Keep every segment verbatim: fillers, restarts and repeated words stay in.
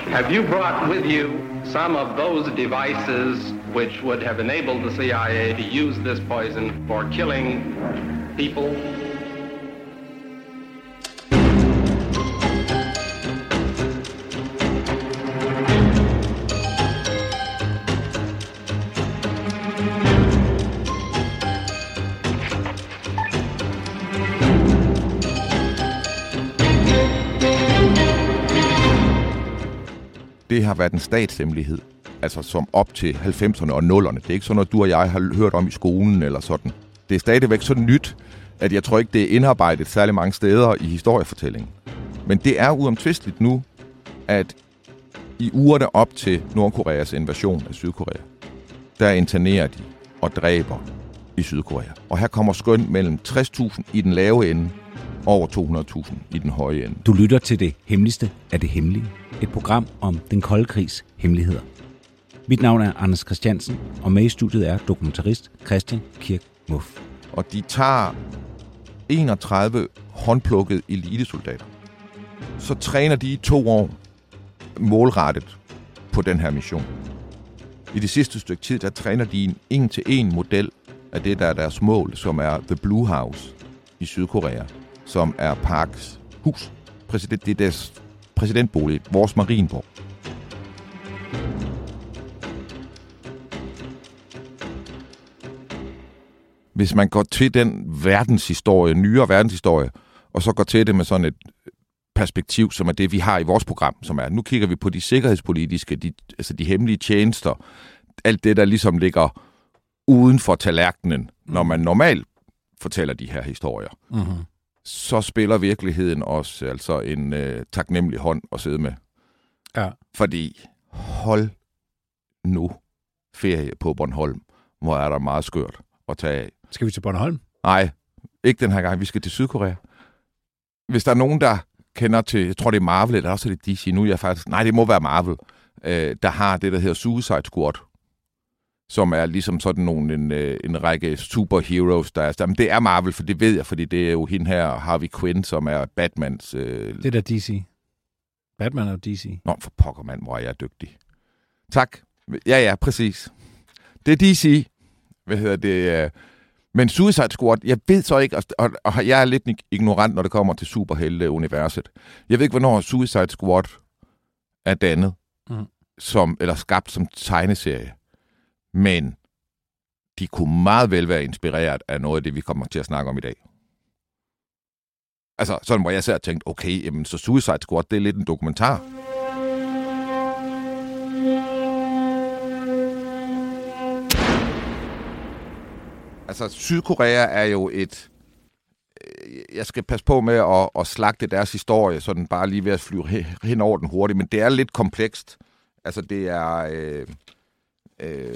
Have you brought with you some of those devices which would have enabled the C I A to use this poison for killing people? Det har været en statshemmelighed, altså som op til halvfemserne og nullerne. Det er ikke sådan noget, du og jeg har hørt om i skolen eller sådan. Det er stadigvæk så nyt, at jeg tror ikke, det er indarbejdet særlig mange steder i historiefortællingen. Men det er uomtvisteligt nu, at i ugerne op til Nordkoreas invasion af Sydkorea, der internerer de og dræber i Sydkorea. Og her kommer skøn mellem tres tusind i den lave ende, over to hundrede tusind i den høje ende. Du lytter til det hemmeligste af det hemmelige. Et program om den kolde krigs hemmeligheder. Mit navn er Anders Christiansen, og med i studiet er dokumentarist Christian Kirk Muff. Og de tager enogtredive håndplukkede elitesoldater. Så træner de i to år målrettet på den her mission. I det sidste stykke tid, der træner de en en-til-en model af det, der er deres mål, som er The Blue House i Sydkorea, som er Parks hus. Præsident, det er deres præsidentbolig, vores Marienborg. Hvis man går til den verdenshistorie, nyere verdenshistorie, og så går til det med sådan et perspektiv, som er det, vi har i vores program, som er, nu kigger vi på de sikkerhedspolitiske, de, altså de hemmelige tjenester, alt det, der ligesom ligger uden for tallerkenen, når man normalt fortæller de her historier. Mm-hmm. Så spiller virkeligheden også altså en øh, taknemmelig hånd at sidde med. Ja. Fordi hold nu ferie på Bornholm, hvor er der meget skørt at tage af. Skal vi til Bornholm? Nej, ikke den her gang. Vi skal til Sydkorea. Hvis der er nogen, der kender til, jeg tror det er Marvel, eller også er det D C, nu er jeg faktisk, nej det må være Marvel, øh, der har det, der hedder Suicide Squad, som er ligesom sådan nogle, en, en række superheroes, der er... Jamen, det er Marvel, for det ved jeg, fordi det er jo hende her, Harvey Quinn, som er Batmans... Øh... Det er D C. Batman er D C. Nå, for pokker, mand, hvor er jeg dygtig. Tak. Ja, ja, præcis. Det er D C. Hvad hedder det? Øh... Men Suicide Squad, jeg ved så ikke, og, og jeg er lidt ignorant, når det kommer til superhelte-universet. Jeg ved ikke, hvornår Suicide Squad er dannet, mm. som, eller skabt som tegneserie. Men de kunne meget vel være inspireret af noget af det, vi kommer til at snakke om i dag. Altså, sådan hvor jeg så tænkte, okay, jamen, så Suicide Squad, det er lidt en dokumentar. Altså, Sydkorea er jo et... Jeg skal passe på med at, at slagte deres historie, sådan bare lige ved at flyve hen over den hurtigt, men det er lidt komplekst. Altså, det er... Øh, øh,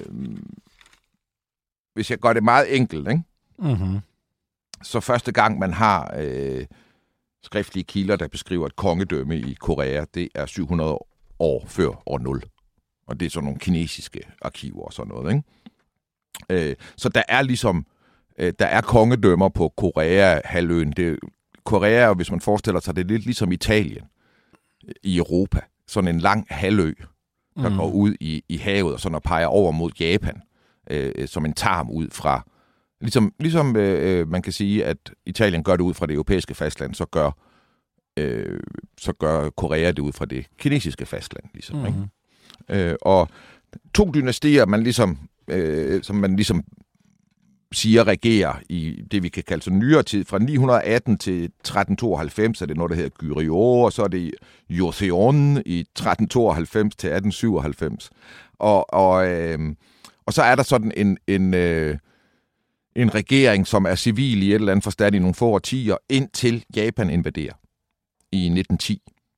hvis jeg gør det meget enkelt, ikke? Mm-hmm. Så første gang, man har øh, skriftlige kilder, der beskriver et kongedømme i Korea, det er syv hundrede år før år nul. Og det er sådan nogle kinesiske arkiver og sådan noget, ikke? Øh, så der er ligesom, øh, der er kongedømmer på Korea-halvøen. Det, Korea, hvis man forestiller sig, det er lidt ligesom Italien i Europa. Sådan en lang halvø, der mm. går ud i, i havet og sådan og peger over mod Japan, øh, som en tarm ud fra. Ligesom, ligesom øh, man kan sige, at Italien gør det ud fra det europæiske fastland, så gør, øh, så gør Korea det ud fra det kinesiske fastland. Ligesom, mm. ikke? Øh, og to dynastier, man ligesom, øh, som man ligesom siger regerer i det, vi kan kalde så nyere tid. Fra ni hundrede atten til tretten tooghalvfems er det noget, der hedder Goryeo, og så er det Joseon i tretten tooghalvfems til atten syvoghalvfems. Og, og, øh, og så er der sådan en, en, øh, en regering, som er civil i et eller andet forstand i nogle få årtier, indtil Japan invaderer i nitten ti.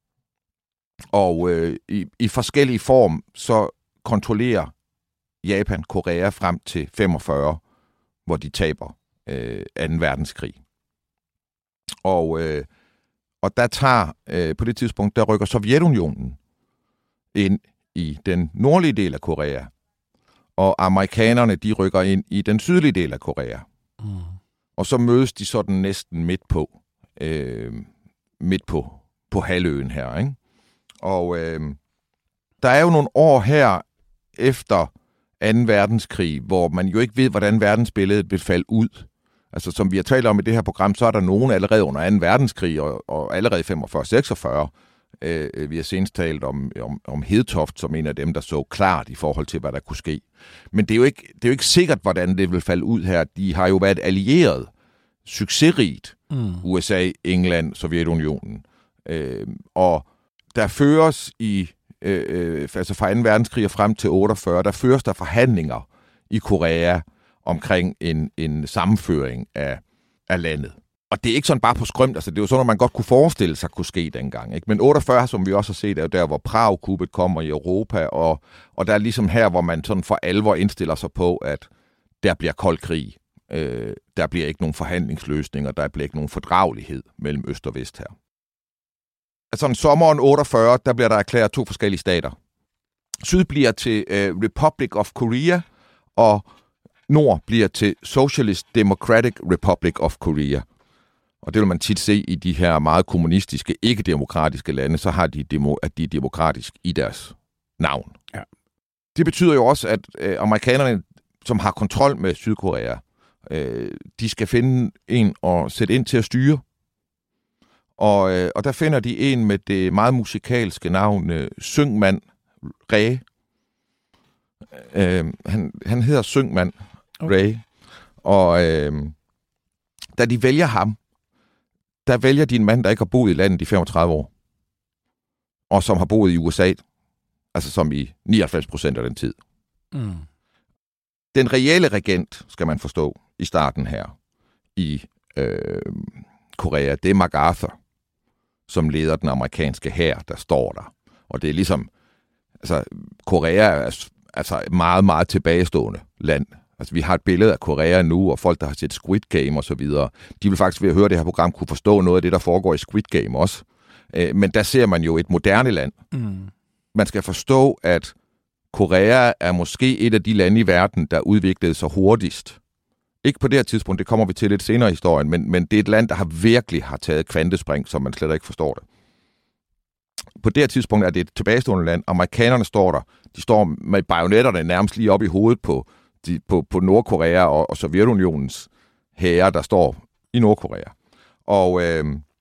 Og øh, i, i forskellige form, så kontrollerer Japan Korea frem til femogfyrre, hvor de taber øh, anden verdenskrig. Og, øh, og der tager, øh, på det tidspunkt, der rykker Sovjetunionen ind i den nordlige del af Korea, og amerikanerne, de rykker ind i den sydlige del af Korea. Mm. Og så mødes de sådan næsten midt på, øh, midt på, på halvøen her, ikke? Og, øh, der er jo nogle år her efter anden verdenskrig, hvor man jo ikke ved, hvordan verdensbilledet vil falde ud. Altså, som vi har talt om i det her program, så er der nogen allerede under anden verdenskrig, og, og allerede femogfyrre seksogfyrre. Øh, vi har senest talt om, om, om Hedtoft som en af dem, der så klart i forhold til, hvad der kunne ske. Men det er jo ikke, det er jo ikke sikkert, hvordan det vil falde ud her. De har jo været allieret, succesrigt, mm. U S A, England, Sovjetunionen. Øh, og der føres i, øh, altså fra anden verdenskrig og frem til otteogfyrre, der føres der forhandlinger i Korea omkring en, en sammenføring af, af landet. Og det er ikke sådan bare på skrømt, altså det er jo sådan, at man godt kunne forestille sig kunne ske dengang. Ikke? Men otteogfyrre, som vi også har set, er jo der, hvor Prag-kuppet kommer i Europa, og, og der er ligesom her, hvor man sådan for alvor indstiller sig på, at der bliver kold krig. Øh, der bliver ikke nogen forhandlingsløsninger, der bliver ikke nogen fordragelighed mellem øst og vest her. Altså i sommeren otteogfyrre, der bliver der erklæret to forskellige stater. Syd bliver til øh, Republic of Korea, og nord bliver til Socialist Democratic Republic of Korea. Og det vil man tit se i de her meget kommunistiske, ikke-demokratiske lande, så har de, demo, at de er demokratisk i deres navn. Ja. Det betyder jo også, at øh, amerikanerne, som har kontrol med Sydkorea, øh, de skal finde en og sætte ind til at styre. Og, øh, og der finder de en med det meget musikalske navn øh, Syngman Rhee. Øh, han, han hedder Syngman Rhee. Okay. Og øh, da de vælger ham, der vælger de en mand, der ikke har boet i landet i femogtredive år. Og som har boet i U S A. Altså som i nioghalvfems procent af den tid. Mm. Den reelle regent, skal man forstå, i starten her, i øh, Korea, det er MacArthur, som leder den amerikanske hær, der står der. Og det er ligesom, altså, Korea er altså et meget, meget tilbagestående land. Altså, vi har et billede af Korea nu, og folk, der har set Squid Game og så videre, de vil faktisk ved at høre det her program kunne forstå noget af det, der foregår i Squid Game også. Men der ser man jo et moderne land. Mm. Man skal forstå, at Korea er måske et af de lande i verden, der udviklede sig hurtigst. Ikke på det her tidspunkt, det kommer vi til lidt senere i historien, men, men det er et land, der har virkelig har taget kvantespring, som man slet ikke forstår det. På det her tidspunkt er det et tilbagestående land. Amerikanerne står der. De står med bajonetterne nærmest lige op i hovedet på, de, på, på Nordkorea og, og Sovjetunionens hære, der står i Nordkorea. Og øh,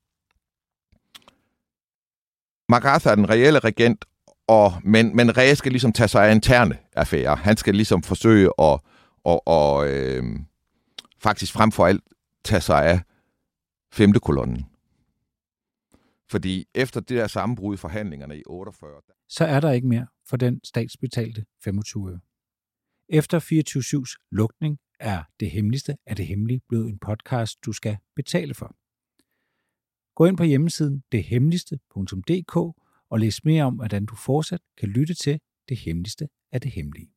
MacArthur er den reelle regent, og, men, men Rhee skal ligesom tage sig af interne affærer. Han skal ligesom forsøge at og, og, øh, faktisk frem for alt tage sig af femte kolonnen. Fordi efter det der sammenbrud i forhandlingerne i otteogfyrre... Så er der ikke mere for den statsbetalte femogtyve øre. Efter fireogtyve syvs lukning er Det Hemmeligste af det Hemmelige blevet en podcast, du skal betale for. Gå ind på hjemmesiden det hemmeligste punktum d k og læs mere om, hvordan du fortsat kan lytte til Det Hemmeligste af det Hemmelige.